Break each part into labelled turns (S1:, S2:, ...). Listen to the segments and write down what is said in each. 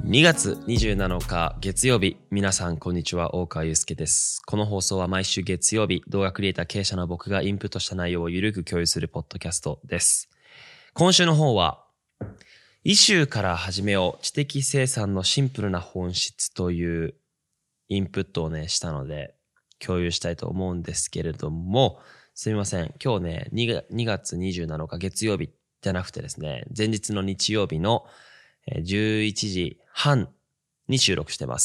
S1: 2月27日月曜日、皆さんこんにちは、大川祐介です。この放送は毎週月曜日、動画クリエイター経営者の僕がインプットした内容をゆるく共有するポッドキャストです。今週の方は、イシューから始めよう、知的生産のシンプルな本質というインプットをね、したので、共有したいと思うんですけれども、すみません。今日ね、2月27日月曜日じゃなくてですね、前日の日曜日の11時半に収録してます。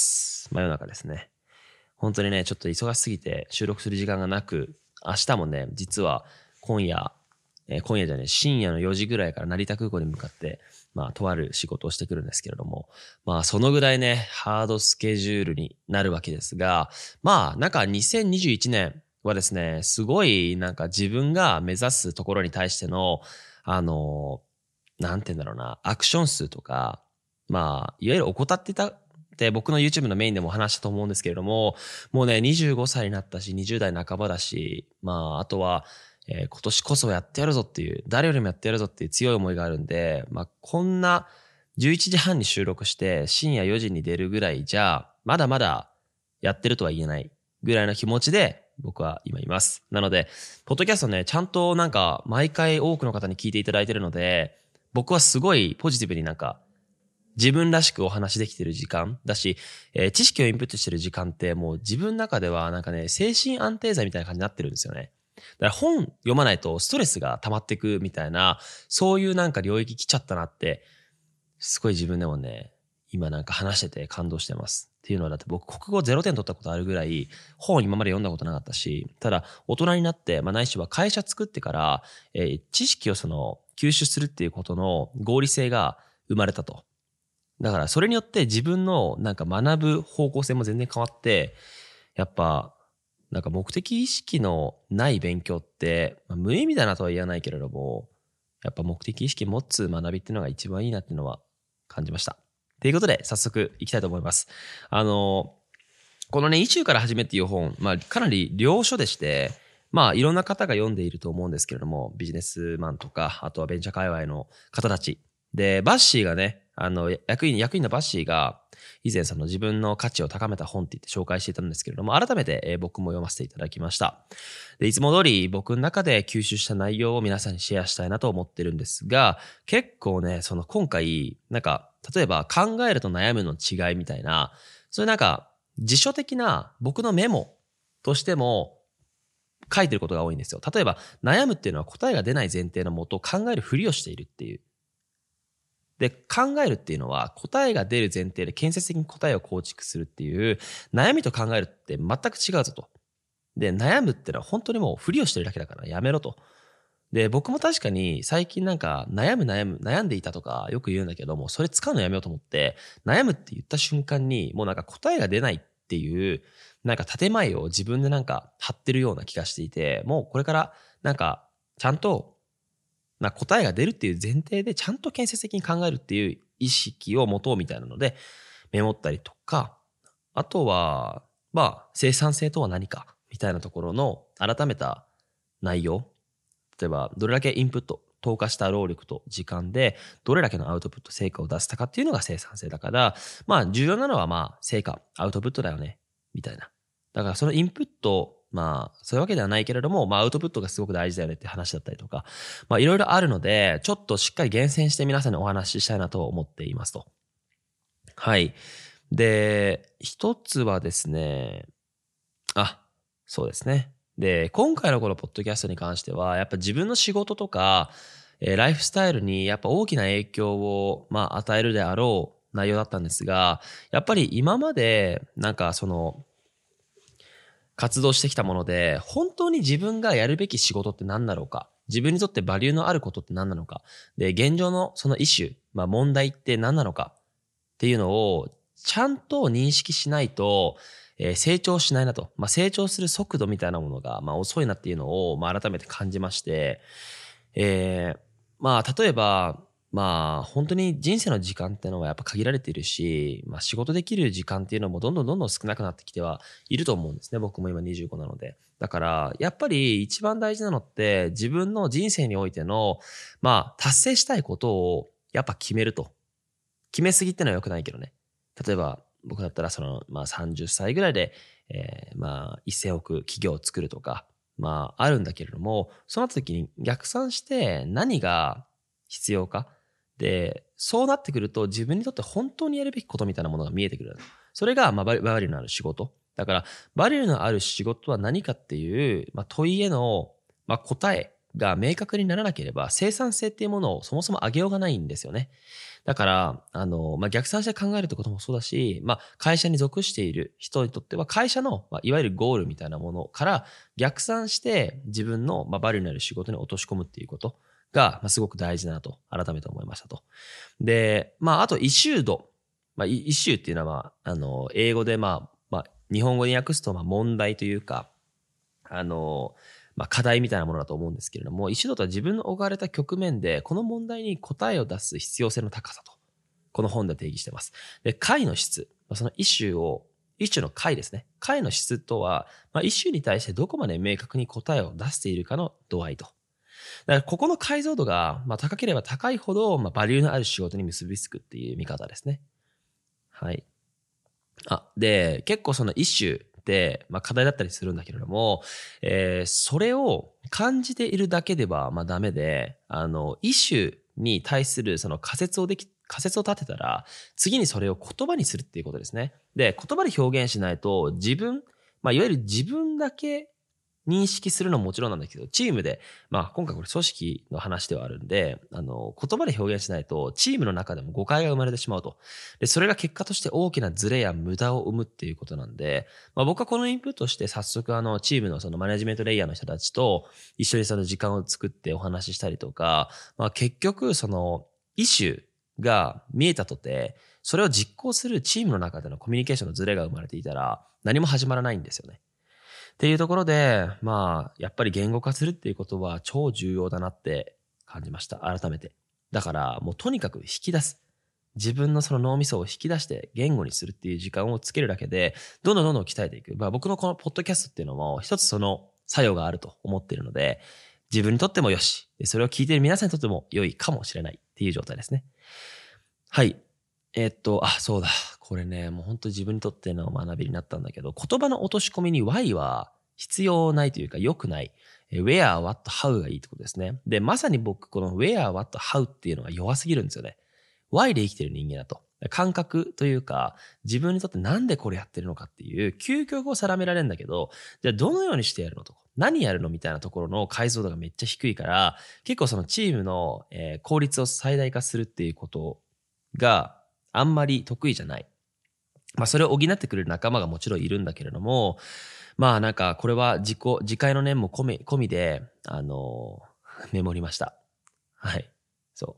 S1: 真夜中ですね。本当にね、ちょっと忙しすぎて収録する時間がなく、明日もね、実は深夜じゃね、深夜の4時ぐらいから成田空港に向かって、とある仕事をしてくるんですけれども、そのぐらいね、ハードスケジュールになるわけですが、2021年はですね、すごい自分が目指すところに対しての、なんて言うんだろうな、アクション数とか、いわゆる怠ってたって僕の YouTube のメインでも話したと思うんですけれども、もうね、25歳になったし、20代半ばだし、あとは、今年こそやってやるぞっていう、誰よりもやってやるぞっていう強い思いがあるんで、こんな11時半に収録して深夜4時に出るぐらいじゃ、まだまだやってるとは言えないぐらいの気持ちで僕は今います。なので、ポッドキャストね、ちゃんと毎回多くの方に聞いていただいてるので、僕はすごいポジティブに自分らしくお話できてる時間だし、知識をインプットしてる時間ってもう自分の中では精神安定剤みたいな感じになってるんですよね。だから本読まないとストレスが溜まってくみたいな、そういう領域来ちゃったなって、すごい自分でもね、今話してて感動してます。っていうのはだって僕国語0点取ったことあるぐらい本今まで読んだことなかったし、ただ大人になって、ないしは会社作ってから、知識を吸収するっていうことの合理性が生まれたと。だからそれによって自分の学ぶ方向性も全然変わって、やっぱ目的意識のない勉強って、無意味だなとは言わないけれども、やっぱ目的意識持つ学びっていうのが一番いいなっていうのは感じました。ということで早速いきたいと思います。このね、イシューから始めっていう本、かなり良書でして、いろんな方が読んでいると思うんですけれども、ビジネスマンとか、あとはベンチャー界隈の方たち。で、バッシーがね、役員のバッシーが、以前自分の価値を高めた本って言って紹介していたんですけれども、改めて、僕も読ませていただきました。で、いつも通り僕の中で吸収した内容を皆さんにシェアしたいなと思ってるんですが、結構ね、今回、例えば考えると悩むの違いみたいな、そういう辞書的な僕のメモとしても書いてることが多いんですよ。例えば、悩むっていうのは答えが出ない前提のもと考えるふりをしているっていう。で、考えるっていうのは答えが出る前提で建設的に答えを構築するっていう、悩みと考えるって全く違うぞと。で、悩むっていうのは本当にもうふりをしてるだけだからやめろと。で、僕も確かに最近悩んでいたとかよく言うんだけども、それ使うのやめようと思って、悩むって言った瞬間にもう答えが出ないっていう、建前を自分で張ってるような気がしていて、もうこれからちゃんと答えが出るっていう前提でちゃんと建設的に考えるっていう意識を持とうみたいなのでメモったりとか、あとは、生産性とは何かみたいなところの改めた内容。例えば、どれだけインプット、投下した労力と時間で、どれだけのアウトプット、成果を出せたかっていうのが生産性だから、重要なのは成果、アウトプットだよね、みたいな。だからそのインプット、そういうわけではないけれども、アウトプットがすごく大事だよねって話だったりとか、いろいろあるので、ちょっとしっかり厳選して皆さんにお話ししたいなと思っていますと。はい。で、一つはですね、そうですね。で、今回のこのポッドキャストに関しては、やっぱ自分の仕事とか、ライフスタイルにやっぱ大きな影響を、与えるであろう内容だったんですが、やっぱり今まで、活動してきたもので、本当に自分がやるべき仕事って何だろうか、自分にとってバリューのあることって何なのか、で、現状のそのイシュー、問題って何なのかっていうのをちゃんと認識しないと、成長しないなと。成長する速度みたいなものが、遅いなっていうのを、改めて感じまして、例えば、本当に人生の時間ってのはやっぱ限られているし、仕事できる時間っていうのもどんどん少なくなってきてはいると思うんですね。僕も今25なので。だから、やっぱり一番大事なのって自分の人生においての、達成したいことをやっぱ決めると。決めすぎってのは良くないけどね。 例えば僕だったら30歳ぐらいで、1000億企業を作るとか、あるんだけれども、その時に逆算して何が必要か。で、そうなってくると自分にとって本当にやるべきことみたいなものが見えてくる。それが、バリューのある仕事。だから、バリューのある仕事は何かっていう、問いへの、答えが明確にならなければ、生産性っていうものをそもそも上げようがないんですよね。だから、逆算して考えるってこともそうだし、会社に属している人にとっては、会社の、いわゆるゴールみたいなものから逆算して自分の、バリューのある仕事に落とし込むっていうことが、すごく大事だなと、改めて思いましたと。で、あと、イシュード。イシューっていうのは、英語で、日本語に訳すと、問題というか、課題みたいなものだと思うんですけれども、イシュードとは自分の置かれた局面で、この問題に答えを出す必要性の高さと、この本で定義しています。で、解の質、そのイシューの解ですね。解の質とは、イシューに対してどこまで明確に答えを出しているかの度合いと。だからここの解像度が、高ければ高いほど、バリューのある仕事に結びつくっていう見方ですね。はい。で、結構そのイシューって、課題だったりするんだけれども、それを感じているだけでは、ダメで、イシューに対するその仮説を立てたら、次にそれを言葉にするっていうことですね。で、言葉で表現しないと、いわゆる自分だけ認識するのももちろんなんだけど、チームで、今回これ組織の話ではあるんで、言葉で表現しないと、チームの中でも誤解が生まれてしまうと。で、それが結果として大きなズレや無駄を生むっていうことなんで、僕はこのインプットして早速チームのそのマネジメントレイヤーの人たちと一緒にその時間を作ってお話ししたりとか、結局そのイシューが見えたとて、それを実行するチームの中でのコミュニケーションのズレが生まれていたら、何も始まらないんですよね。っていうところで、やっぱり言語化するっていうことは超重要だなって感じました。改めて。だから、もうとにかく引き出す。自分のその脳みそを引き出して言語にするっていう時間をつけるだけで、どんどん鍛えていく。僕のこのポッドキャストっていうのも一つその作用があると思っているので、自分にとってもよし、それを聞いている皆さんにとっても良いかもしれないっていう状態ですね。はい。そうだ。これね、もう本当に自分にとっての学びになったんだけど、言葉の落とし込みに why は必要ないというか良くない。where, what, how がいいってことですね。で、まさに僕、この where, what, how っていうのが弱すぎるんですよね。why で生きてる人間だと。感覚というか、自分にとってなんでこれやってるのかっていう究極を定められるんだけど、じゃあどのようにしてやるのと。何やるのみたいなところの解像度がめっちゃ低いから、結構そのチームの効率を最大化するっていうことがあんまり得意じゃない。それを補ってくれる仲間がもちろんいるんだけれども、なんかこれは自戒の念も込みで、メモりました。はい。そう。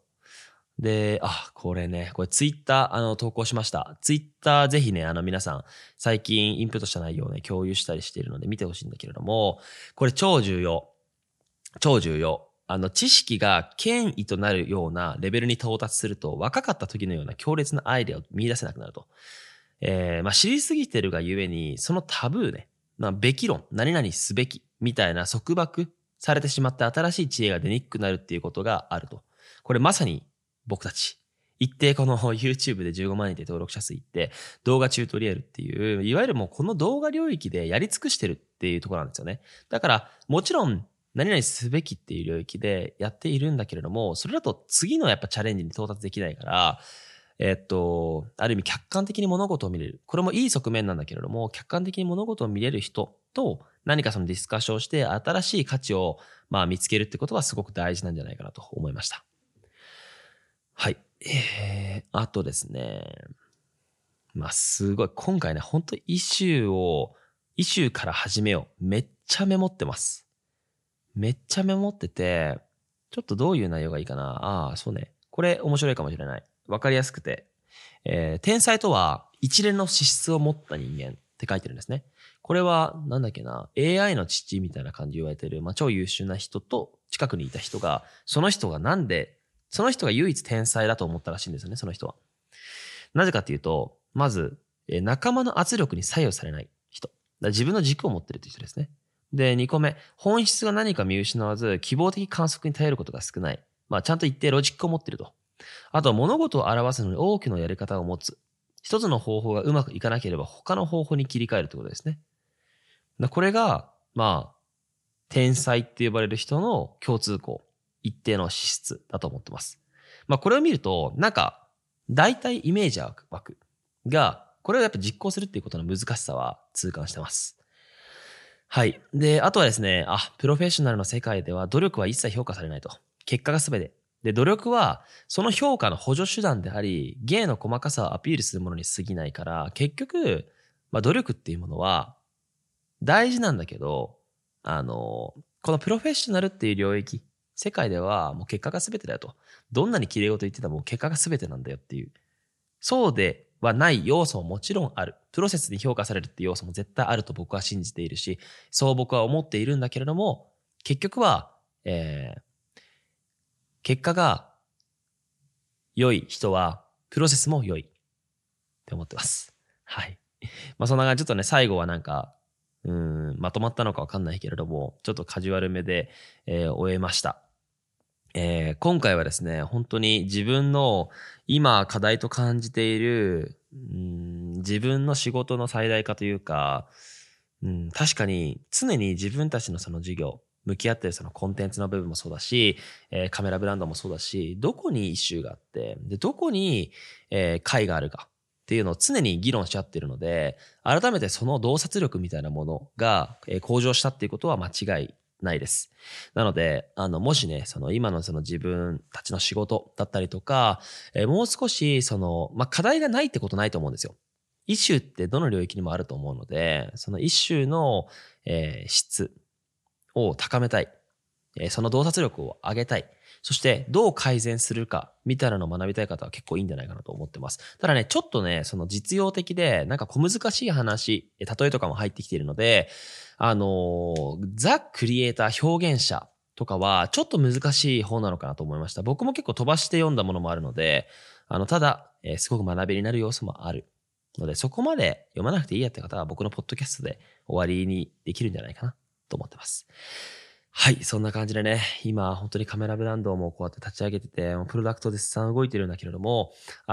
S1: で、これツイッター、投稿しました。ツイッターぜひね、皆さん、最近インプットした内容をね、共有したりしているので見てほしいんだけれども、これ超重要。超重要。知識が権威となるようなレベルに到達すると、若かった時のような強烈なアイデアを見出せなくなると。知りすぎてるがゆえに、そのタブーね、べき論、何々すべき、みたいな束縛されてしまって新しい知恵が出にくくなるっていうことがあると。これまさに僕たち。一定この YouTube で15万人で登録者数いって動画チュートリアルっていう、いわゆるもうこの動画領域でやり尽くしてるっていうところなんですよね。だからもちろん何々すべきっていう領域でやっているんだけれども、それだと次のやっぱチャレンジに到達できないから、ある意味客観的に物事を見れる。これもいい側面なんだけれども、客観的に物事を見れる人と何かそのディスカッションをして新しい価値を見つけるってことはすごく大事なんじゃないかなと思いました。はい。あとですね。すごい。今回ね、本当イシューから始めよう。めっちゃメモってます。めっちゃメモってて、ちょっとどういう内容がいいかな。そうね。これ面白いかもしれない。わかりやすくて。天才とは一連の資質を持った人間って書いてるんですね。これはなんだっけな、AI の父みたいな感じで言われてる、超優秀な人と近くにいた人が、その人が唯一天才だと思ったらしいんですよね、その人は。なぜかっていうと、まず、仲間の圧力に左右されない人。自分の軸を持ってるという人ですね。で、2個目、本質が何か見失わず、希望的観測に頼ることが少ない。ちゃんと一定ロジックを持ってると。あと、物事を表すのに多くのやり方を持つ。 一つの方法がうまくいかなければ他の方法に切り替えるってことですね。これが、天才って呼ばれる人の共通項、一定の資質だと思ってます。これを見ると、大体イメージは湧くが、これをやっぱ実行するっていうことの難しさは痛感してます。はい。で、あとはですね、プロフェッショナルの世界では努力は一切評価されないと。結果が全て。で、努力はその評価の補助手段であり、芸の細かさをアピールするものに過ぎないから、結局、努力っていうものは大事なんだけど、このプロフェッショナルっていう領域、世界ではもう結果が全てだよと。どんなに綺麗事言ってたも結果が全てなんだよっていう。そうではない要素ももちろんある。プロセスに評価されるっていう要素も絶対あると僕は信じているし、そう僕は思っているんだけれども、結局は、結果が良い人は、プロセスも良いって思ってます。はい。そんな感じ、ちょっとね、最後はまとまったのかわかんないけれども、ちょっとカジュアルめで、終えました。今回はですね、本当に自分の今課題と感じている、自分の仕事の最大化というか、確かに常に自分たちのその事業、向き合ってるそのコンテンツの部分もそうだし、カメラブランドもそうだし、どこにイシューがあって、で、どこに、解があるかっていうのを常に議論し合っているので、改めてその洞察力みたいなものが、向上したっていうことは間違いないです。なので、もしね、今のその自分たちの仕事だったりとか、もう少し課題がないってことないと思うんですよ。イシューってどの領域にもあると思うので、そのイシューの、質を高めたい。その洞察力を上げたい。そしてどう改善するかみたいなのを学びたい方は結構いいんじゃないかなと思ってます。ただね、ちょっとね、その実用的で小難しい話、例えとかも入ってきているので、ザ・クリエイター表現者とかはちょっと難しい方なのかなと思いました。僕も結構飛ばして読んだものもあるので、ただ、すごく学びになる要素もあるので、そこまで読まなくていいやって方は僕のポッドキャストで終わりにできるんじゃないかなと思ってます。はい。そんな感じでね、今本当にカメラブランドもこうやって立ち上げてて、プロダクト絶賛動いてるんだけれども、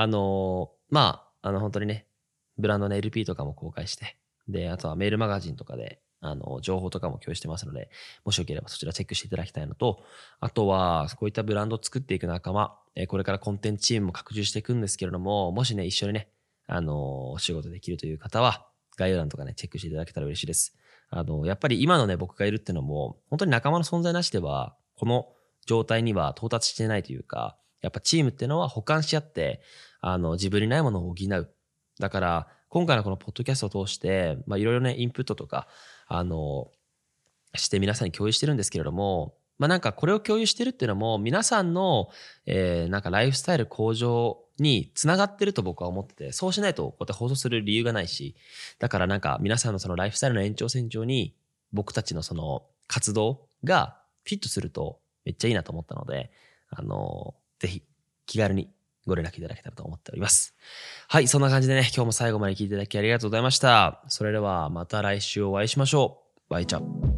S1: 本当にね、ブランドの LP とかも公開して、で、あとはメールマガジンとかで、情報とかも共有してますので、もしよければそちらチェックしていただきたいのと、あとは、こういったブランドを作っていく仲間、これからコンテンツチームも拡充していくんですけれども、もしね、一緒にね、お仕事できるという方は、概要欄とかね、チェックしていただけたら嬉しいです。やっぱり今のね、僕がいるってのも、本当に仲間の存在なしでは、この状態には到達してないというか、やっぱチームってのは補完し合って、自分にないものを補う。だから、今回のこのポッドキャストを通して、いろいろね、インプットとか、して皆さんに共有してるんですけれども、これを共有してるっていうのも、皆さんの、ライフスタイル向上につながってると僕は思ってて、そうしないとこうやって放送する理由がないし、だから皆さんのそのライフスタイルの延長線上に僕たちのその活動がフィットするとめっちゃいいなと思ったので、ぜひ気軽にご連絡いただけたらと思っております。はい、そんな感じでね、今日も最後まで聞いていただきありがとうございました。それではまた来週お会いしましょう。バイチャ。